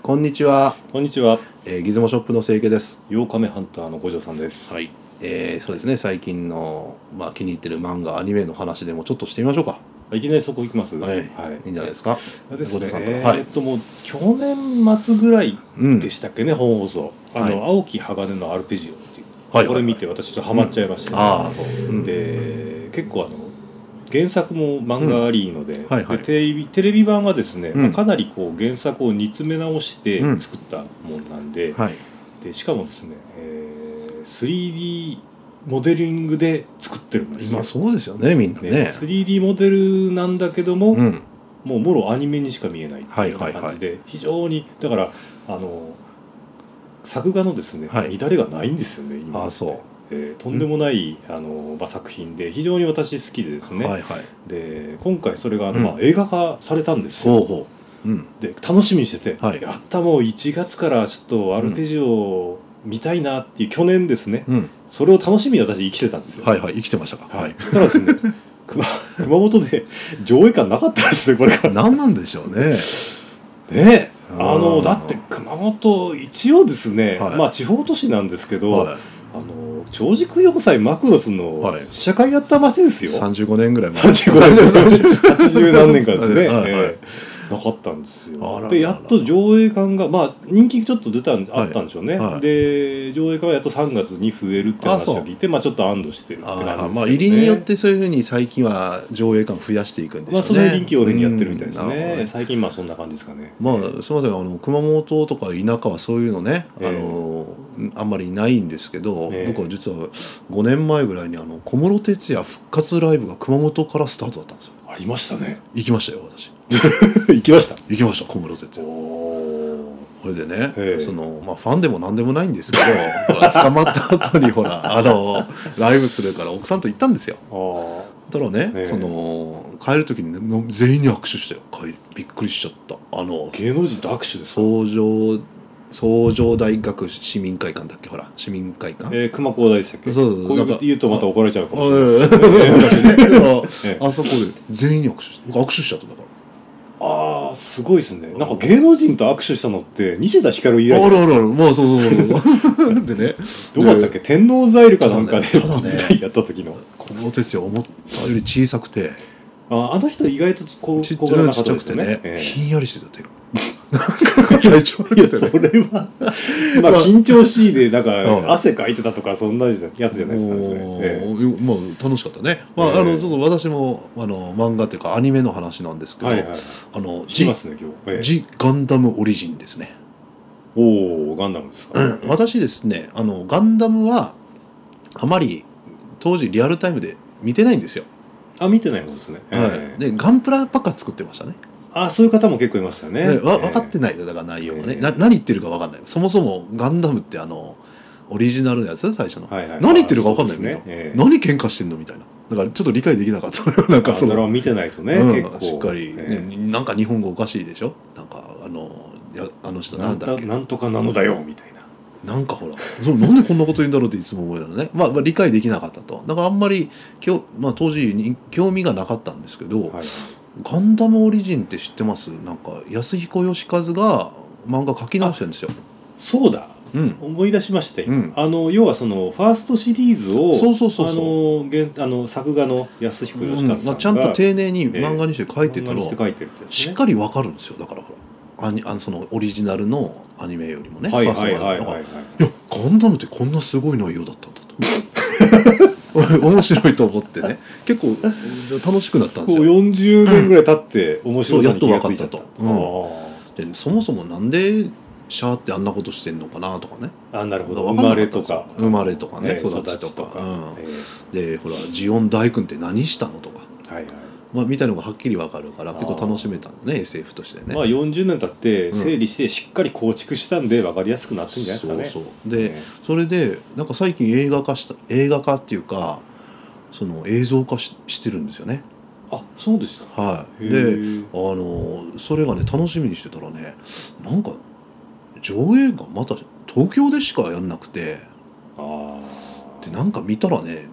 こんにちは、 こんにちは。 ギズモショップの清家です。 8日目ハンターの五条さんです。 はい、そうですね、最近の、気に入ってる漫画アニメの話でもちょっとしてみましょうか。 いきなりそこ行きます。 はい、いいんじゃないですか。 ですね。 はい、 もう去年末ぐらいでしたっけね、本放送。 はい、 青木鋼のアルペジオっていう、 はい、 これ見て私ちょっとハマっちゃいましたね。で、結構原作も漫画ありので、テレビ版はですね、かなりこう原作を煮詰め直して作ったもんなんで、でしかもですね、3D モデリングで作ってるんですよ。 今そうですよね、みんなね。 3D モデルなんだけども、もうもろアニメにしか見えないっていう感じで、非常にだから作画のですね、乱れがないんですよね今。とんでもない作品で非常に私好きでですね、で今回それが映画化されたんですよ。で楽しみにしてて、やったもう1月からちょっとアルペジオ見たいなっていう去年ですね、それを楽しみに私生きてたんですよ。 生きてましたか。 ただですね熊本で上映感なかったですね、これが。 何なんでしょうね。 ねえ、だって熊本一応ですね、地方都市なんですけど、長寿要塞マクロスの試写会やった街ですよ。 35年ぐらい前。 80何年かですね。なかったんですよ。でやっと上映館が人気ちょっとあったんでしょうね。で上映館はやっと3月に増えるって話を聞いて、ちょっと安堵してるって感じですけどね。 入りによってそういうふうに最近は上映館増やしていくんですよね。 それ臨機応変にやってるみたいですね。最近そんな感じですかね。 すみません、熊本とか田舎はそういうのね、あんまりないんですけど、僕は実は5年前ぐらいに小室哲哉復活ライブが熊本からスタートだったんですよ。 ありましたね。 行きましたよ、私。 行きました小室哲哉。これでね、ファンでも何でもないんですけど捕まった後にほらライブするから奥さんと行ったんですよ。だからね、帰る時に、全員に握手してびっくりしちゃった。 芸能人と握手ですか。 崇城大学市民会館だっけ、ほら市民会館、 熊高大でしたっけ。こういう言うとまた怒られちゃうかもしれないですけど、 あそこで全員に握手しちゃった。だからすごいですね。なんか芸能人と握手したのって西田ひかる以来じゃないですか。 そうでね、 どうだったっけ、天王ザイルかなんかで舞台やった時の小室哲哉思ったより小さくて、 あの人意外と小柄な方ですよね。 ひんやりしてた手が。 いやそれは緊張しいでなんか汗かいてたとかそんなやつじゃないですかね。 楽しかったね。ちょっと私も漫画っていうかアニメの話なんですけど、ジ・ガンダムオリジンですね。 ガンダムですか。 私ですね、ガンダムはあまり当時リアルタイムで見てないんですよ。 見てないもんですね。 でガンプラばっか作ってましたね。 そういう方も結構いましたね。 分かってないよ、だから内容がね、何言ってるか分かんない。そもそもガンダムってオリジナルのやつ、最初の、何言ってるか分かんないよ、何喧嘩してんのみたいな。だからちょっと理解できなかった。なんか見てないとね、結構しっかり、なんか日本語おかしいでしょ。なんか人なんだっけ、 なんとかなのだよみたいな。 なんかほらなんでこんなこと言うんだろうっていつも思うよね。理解できなかったと。だからあんまり当時に興味がなかったんですけど、ガンダムオリジンって知ってます？なんか安彦義和が漫画書き直してるんですよ。 そうだ、思い出しましたよ。要はそのファーストシリーズを作画の安彦義和さんがちゃんと丁寧に漫画にして書いてたらしっかりわかるんですよ。だからほらそのオリジナルのアニメよりもね。いやガンダムってこんなすごい内容だったんだと面白いと思ってね、結構楽しくなったんですよ。 40年ぐらい経って面白さに気がついちゃった。 でそもそもなんでシャーってあんなことしてんのかなとかね。 なるほど。生まれとかね、育ちとか、でほらジオン大君って何したのとか、みたいなのがはっきり分かるから結構楽しめたんだね、 SF としてね。 40年経って整理してしっかり構築したんで分かりやすくなってるんじゃないですかね。 でそれでなんか最近映画化っていうかその映像化してるんですよね。 そうでした。 でそれがね楽しみにしてたらね、なんか上映がまた東京でしかやんなくて、でなんか見たらね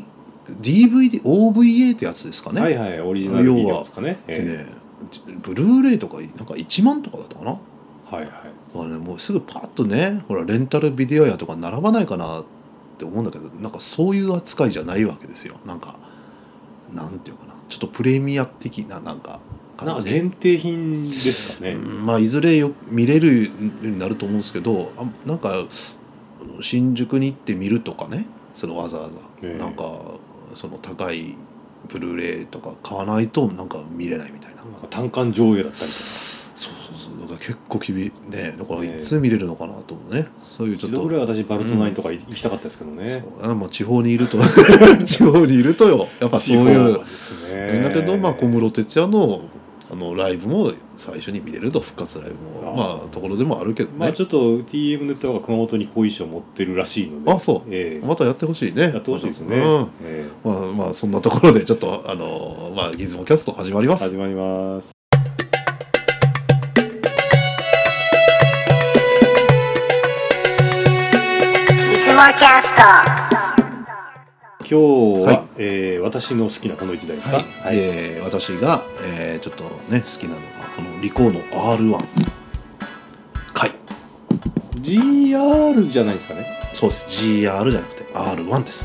DVD OVA ってやつですかね。 オリジナルビデオですかね。 でね、ブルーレイとかなんか1万とかだったかな。 はいはい。 だからね、もうすぐパッとね、ほらレンタルビデオ屋とか並ばないかなって思うんだけど、なんかそういう扱いじゃないわけですよ。なんかなんていうかな、ちょっとプレミア的ななんか限定品ですかね。 まあいずれ見れるようになると思うんですけど、なんか新宿に行って見るとかね、そのわざわざ、なんかその高いブルーレイとか買わないとなんか見れないみたいな。 なんか単館上映だったりとか。 そうだから結構厳しいね。だからいつ見れるのかなと思うね。そういうちょっと。 一度ぐらい私バルトナインとか行きたかったですけどね。 まあ地方にいると地方にいるとよ、やっぱそういう。ですね。だけどまあ小室哲哉のライブも最初に見れると、復活ライブもまあところでもあるけどね。 まあちょっと TM ネットが熊本に後遺症を持ってるらしいので。 あ、そう。またやってほしいね。 やってほしいですね。 まあそんなところでちょっとまあギズモキャスト始まります。 始まります。 ギズモキャスト。 今日は、私の好きなこの一台ですか。 はい。私が、ちょっとね好きなのがこのリコーの R1 回 GR じゃないですかね。 そうです。 GR じゃなくて R1 です。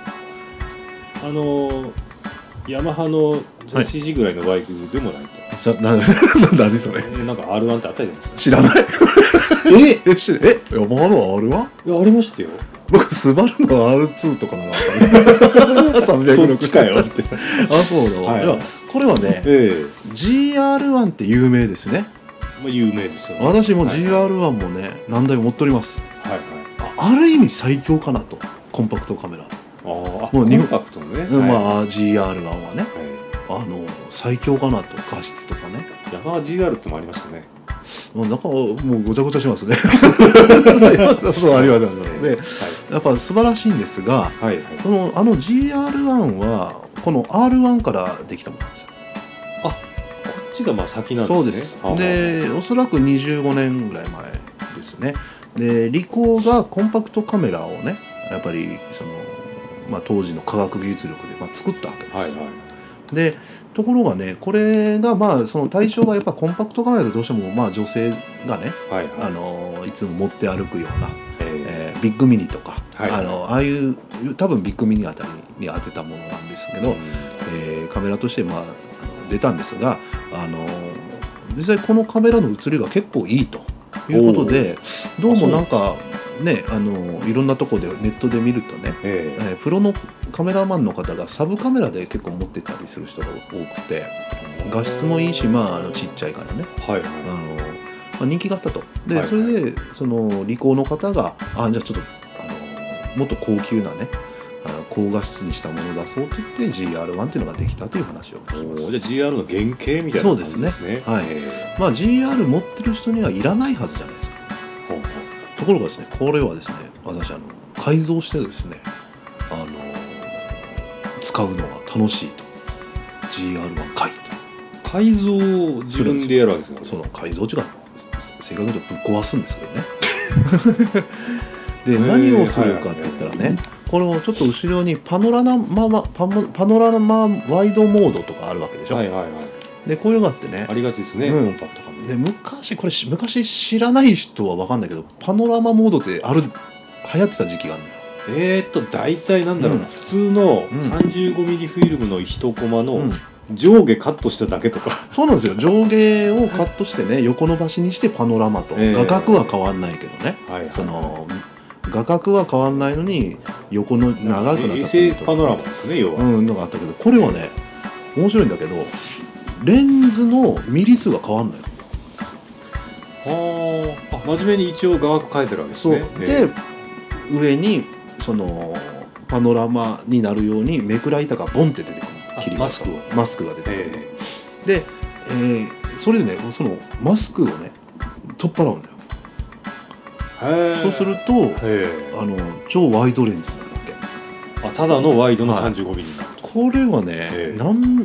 ヤマハの ZCG ぐらいのバイクでもないと。 何それ。 なんか R1 ってあったじゃないですか。 知らない。ヤマハの R1？ いやありましたよ。 僕スバルの R2 とかなの360 そっちかよって。 あ、そうだ、いやこれはね、GR1 って有名ですね。 まあ有名ですよね。 私も GR1 もね何台も持っております。 はいはい。 ある意味最強かなと、コンパクトカメラ。 もうコンパクトのね。 まあ GR1 はね、最強かなと、画質とかね。 ヤマハ GR ってもありましたね。 なんかもうごちゃごちゃしますね。そうありますね。やっぱ素晴らしいんですが、GR1 はこの R1 からできたものなんですよ。 あ、こっちがまあ先なんですね。 そうです。で、おそらく25年ぐらい前ですね。で、リコーがコンパクトカメラをね、やっぱり当時の科学技術力で作ったわけです。はいはい。で、ところがね、これがその対象がやっぱコンパクトカメラでどうしても女性がね、いつも持って歩くような、ビッグミニとか、ああいう多分ビッグミニあたりに当てたものなんですけど、カメラとして出たんですが、実際このカメラの写りが結構いいということで、どうもなんかね、いろんなところでネットで見るとね、プロのカメラマンの方がサブカメラで結構持ってたりする人が多くて、画質もいいし、ちっちゃいからね、人気があったと。で、それでそのリコーの方がじゃあちょっともっと高級なね、高画質にしたものを出そうと言って GR1 っていうのができたという話を聞きます。 じゃあ GR の原型みたいな感じですね。そうですね。 はい。GR 持ってる人にはいらないはずじゃないですか。ところがですね、これはですね、私改造してですね、使うのが楽しいと。GR1 回と。 改造を自分でやるわけですよね。 その改造っていうか、正確に言うとぶっ壊すんですけどね。で、何をするかって言ったらね、これをちょっと後ろにパノラマワイドモードとかあるわけでしょ。で、こういうのがあってね。 ありがちですね、コンパクトカメラ。 で、昔知らない人は分かんないけど、パノラマモードって流行ってた時期があるのよ。 大体なんだろうな、普通の 35mm フィルムの1コマの上下カットしただけとか。 そうなんですよ。上下をカットしてね、横伸ばしにしてパノラマと。画角は変わんないけどね。その画角は変わんないのに横の長くなった衛星パノラマですよね、要は。 のがあったけど、これはね面白いんだけど、レンズのミリ数が変わんないの。真面目に一応画角変えてるわけですね。 そうで、上にそのパノラマになるようにめくら板がボンって出てくる。マスクが出てくる。で、それでね、そのマスクをね取っ払うんだよ。そうすると超ワイドレンズになるわけ。 ただのワイドの 35mm になる。 これはね、何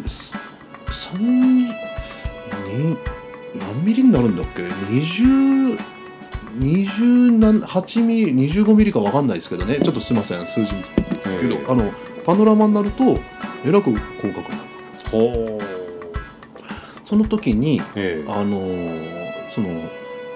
ミリになるんだっけ。28ミリ、25ミリか分かんないですけどね、ちょっとすいません、数字けど、パノラマになるとえらく広角になる。その時にその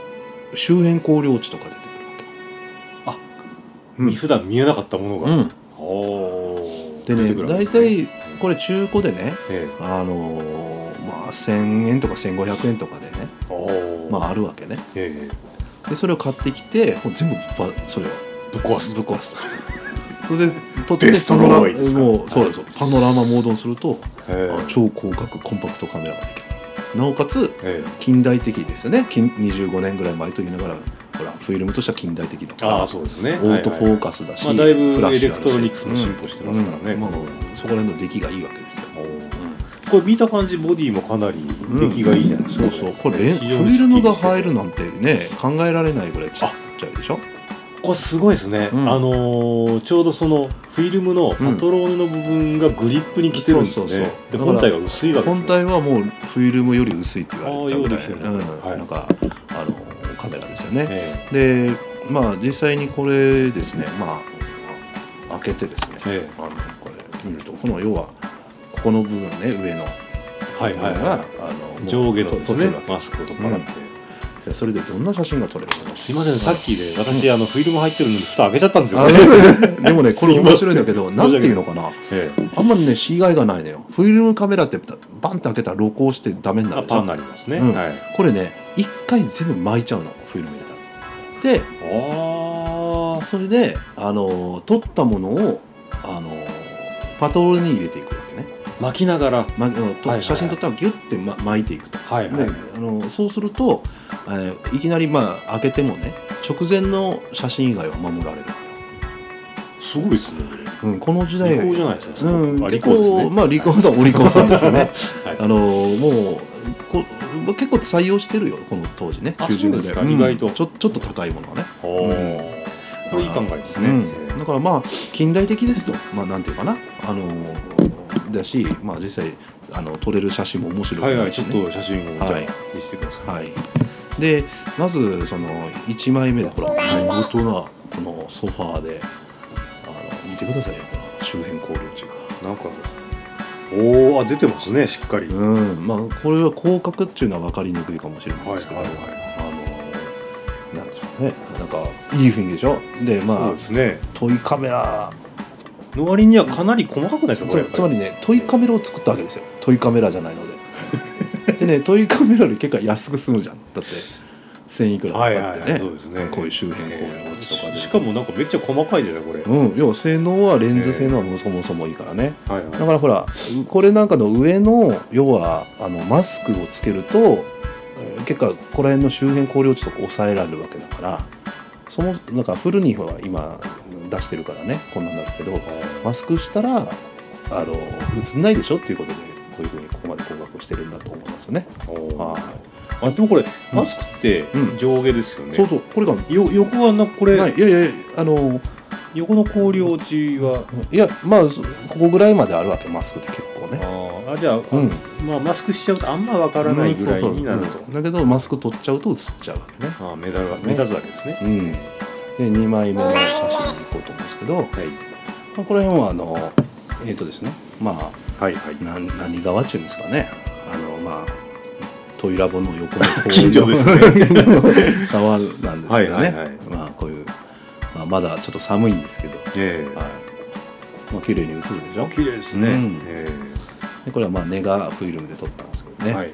周辺光量値とか出てくるわけ。普段見えなかったものが、 でね、大体これ中古でね、1000円とか1500円とかでね、あるわけね。でそれを買ってきて全部それをぶっ壊すそれで撮ってデストロイですか。 もうそうです、パノラマモードにすると超広角コンパクトカメラができる。なおかつ近代的ですよね。25年ぐらい前と言いながらほらフィルムとしては近代的だからそうですね、 オートフォーカスだし、 だいぶエレクトロニクスも進歩してますからね、 そこら辺の出来がいいわけですよ。 これ見た感じボディもかなり出来がいいじゃないですか。 そうこれフィルムが入るなんてね考えられないぐらいちっちゃいでしょ。 これすごいですね、ちょうどそのフィルムのパトローヌの部分がグリップに来てるんですね。で本体が薄いわけですね。 本体はもうフィルムより薄いって言われたぐらいなんかカメラですよね。で実際にこれですね開けてですねこれ見るとこの要はここの部分ね上の部分が上下のですねマスクを取っ払って。 それでどんな写真が撮れるの？ すいません、さっきで私フィルム入ってるのに蓋開けちゃったんですよ。 でもねこれ面白いんだけどなんていうのかな、あんまりねしがいがないのよ。フィルムカメラってバンって開けたら露光してダメになるでしょ。 パンになりますね。 これね一回全部巻いちゃうのフィルム入れたら。でそれで撮ったものをパトロールに入れていくわけね。 巻きながら写真撮ったらギュッて巻いていくと。そうするといきなり開けてもね直前の写真以外は守られる。 すごいですね。 この時代リコーじゃないですか。 リコーですね。リコーさんお利口さんですね。もう結構採用してるよこの当時ね。 90年代意外とちょっと高いものはね。 これいい考えですね。 だから近代的ですとなんていうかなだし実際撮れる写真も面白くないしね。 ちょっと写真を見せてください。 でまずその1枚目でほら見事なこのソファーで見てくださいよこの周辺光量値がなんか出てますねしっかり。 これは広角っていうのは分かりにくいかもしれないですけどなんでしょうねなんかいい雰囲気でしょ。でそうですね。 トイカメラの割にはかなり細かくないですかこれ。 つまりねトイカメラを作ったわけですよ。トイカメラじゃないのででねトイカメラで結構安く済むじゃん。だって1000いくらとかってね。 そうですね。 こういう周辺光量値とかでしかもなんかめっちゃ細かいじゃないこれ。 要は性能はレンズ性能はそもそもいいからね。だからほらこれなんかの上の要はマスクをつけると結構ここら辺の周辺光量値とか抑えられるわけだからなんかフルには今出してるからねこんなんなるけどマスクしたら映んないでしょっていうことでこういうふうにここまで光学してるんだと思いますよね。 でもこれマスクって上下ですよね。 そうこれが横はこれいや横の光量値はいやここぐらいまであるわけマスクって結構ね。 じゃあマスクしちゃうとあんま分からないぐらいになると。 だけどマスク取っちゃうと映っちゃうわけね。 目立つわけですね。 で2枚目の写真に行こうと思うんですけどこの辺はですね何側っていうんですかねトイラボの横の近所ですね川なんですけどねこういうまだちょっと寒いんですけど綺麗に映るでしょ。 綺麗ですね。 でこれはネガフィルムで撮ったんですけどね。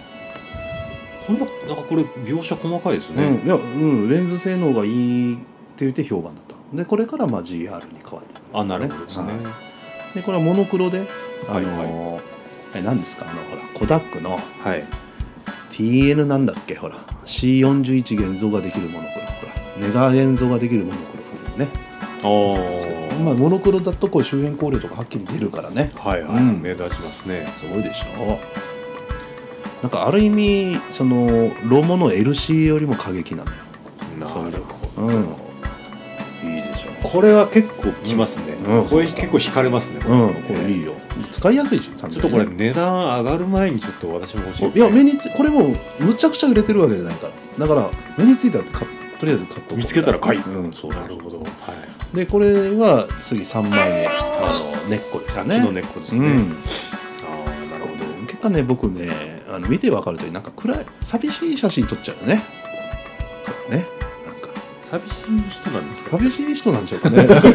これ描写細かいですね。 レンズ性能がいいって言って評判だった。でこれからGR に変わっていく。 なるほどですね。 でこれはモノクロで何ですかほらコダックの TN なんだっけほら C41 現像ができるモノクロほらネガ現像ができるモノクロフィルムね。モノクロだとこう周辺光量とかはっきり出るからね。 目立ちますね。 すごいでしょ。なんかある意味そのロモの LC よりも過激なのよ。 なるほど。 いいでしょ。 これは結構きますね。これ結構惹かれますね。 これいいよ。使いやすいし。 ちょっとこれ値段上がる前にちょっと私も欲しい。 いやこれもむちゃくちゃ売れてるわけじゃないから。だから目についたらとりあえず買っと見つけたら買い。 そうなるほど。 でこれは次3枚目根っこですよね。 木の根っこですね。なるほど。 結果ね僕ね見てわかるとおりなんか暗い寂しい写真撮っちゃうよね。 ね。 寂しい人なんですか。 寂しい人なんでしょうかね。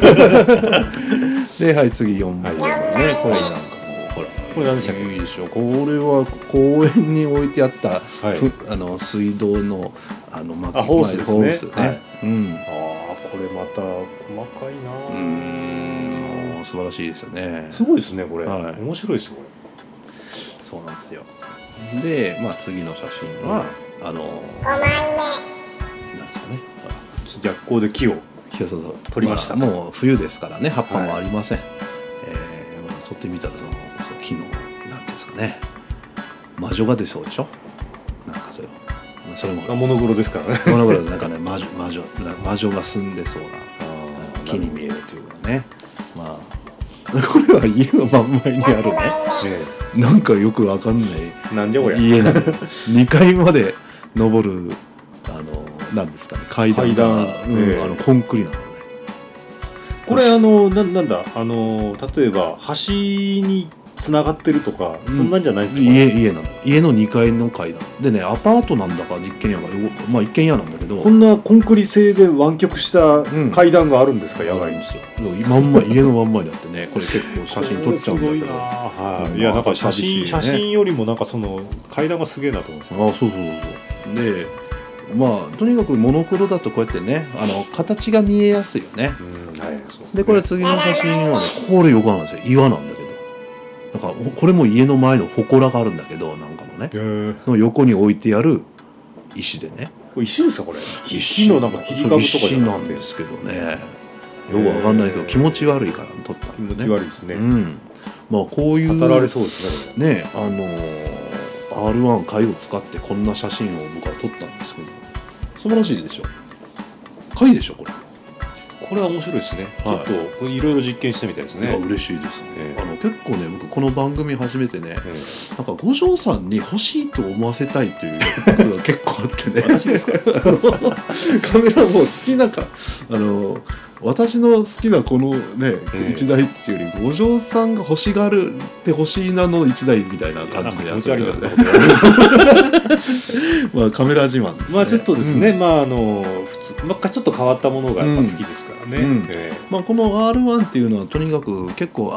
で、はい、次4枚目ね。これなんかもうほら、 これ何でしたっけ。 いいでしょう。これは公園に置いてあった、水道のホースですね。 はい、うん。 これまた細かいな。 素晴らしいですよね。 すごいですねこれ。はい、面白いですよこれ。そうなんですよ。で、次の写真は、 5枚目なんですかね。 逆光で木を取りました。 もう冬ですからね、葉っぱもありません。取ってみたらその木のなんていうんですかね、魔女が出そうでしょ。なんかそれもモノクロですからね。 モノクロでなんかね魔女が住んでそうな木に見えるというかね。これは家の真ん前にあるね。なんかよくわかんない。 なんじゃこれ。 家なの。2階まで登るなんですかね、階段、コンクリなのね。 これなんだ例えば橋につながってるとか、そんなんじゃないですか。 家なの。家の2階の階段でね、アパートなんだか一軒家が一軒家なんだけど、 こんなコンクリ製で湾曲した階段があるんですか。やばいんですよ。 家のまんまにあってね、これ結構写真撮っちゃうんだけど。 はい。いやなんか写真よりもなんかその階段がすげえなと思うんですよ。 そうで。とにかくモノクロだとこうやってね、形が見えやすいよね。でこれ次の写真はね、これ横なんですよ。岩なんだけど、なんかこれも家の前の祠があるんだけど、なんかのね、その横に置いてある石でね。 これ石ですかこれ。石のなんか切り株とかじゃなくて。 石なんですけどね。よくわかんないけど気持ち悪いから撮ったんでね。気持ち悪いですね。 こういう語られそうですね。 ね、R1 貝を使ってこんな写真を僕は撮ったんですけど、素晴らしいでしょ。貝でしょこれ。 これは面白いですね。ちょっといろいろ実験してみたいですね。 嬉しいですね。結構ね、僕この番組始めてね、なんか五条さんに欲しいと思わせたいということが結構あってね。 私ですか。 カメラも好きな私の好きなこのね、一台っていうより五条さんが欲しがるって欲しいなの一台みたいな感じでやってるんですね。カメラ自慢ですね。 ちょっとですね、普通ちょっと変わったものがやっぱ好きですからね。 この R1 っていうのはとにかく結構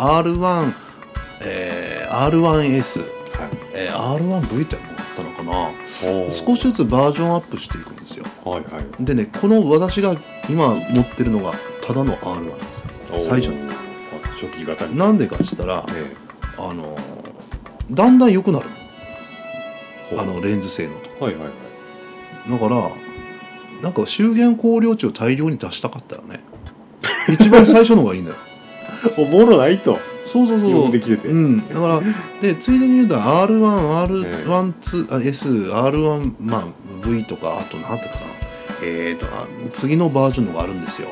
R1、R1S、R1V ってあったのかな。少しずつバージョンアップしていくんですよ。でね、この私が今持ってるのがただの R1 ですよ。最初に初期型なんでかしたら、だんだん良くなるの。レンズ性能と。だからなんか周辺光量値を大量に出したかったらね、一番最初の方がいいんだよ。 おもろないと。 そうよくできてて。 だからでついでに言うと R1、R1S、R1V とか、あとなんていうかな、次のバージョンのがあるんですよ。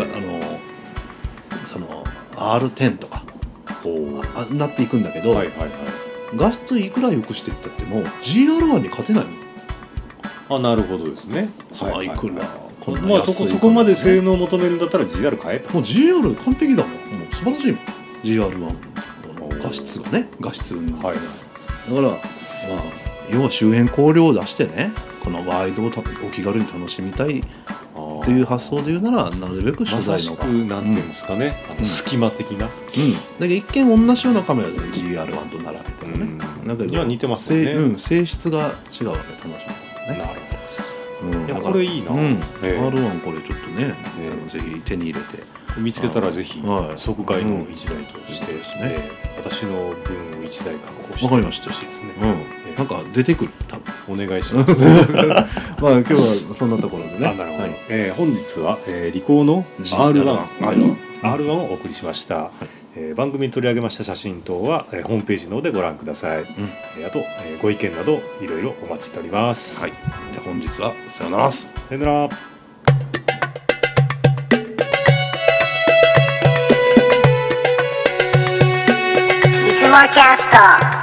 その R10 とかなっていくんだけど、画質いくら良くしていったっても GR1 に勝てないの。 なるほどですね。 いくらそこまで性能を求めるんだったら GR 買えと。 もう GR 完璧だもん。もう素晴らしいもん GR1 の画質がね。だから要は周辺光量を出してね、このワイドをお気軽に楽しみたいという発想で言うなら、なるべく取材のまさしくなんていうんですかね、隙間的な。だけど一見同じようなカメラで GR1 と並べてもね、だけど似てますよね。 性質が違うわけ、楽しみ方ね。 なるほど。いやこれいいな。 R1 これちょっとね、ぜひ手に入れて見つけたらぜひ即買いの一台として私の分を一台確保してほしいですね。 なんか出てくる多分。お願いします。 今日はそんなところでね。 なるほど。本日はリコーの R1 をお送りしました。番組に取り上げました写真等はホームページの方でご覧ください。あとご意見などいろいろお待ちしております。 じゃあ本日はさよなら。 さよなら。 いつもキャスト。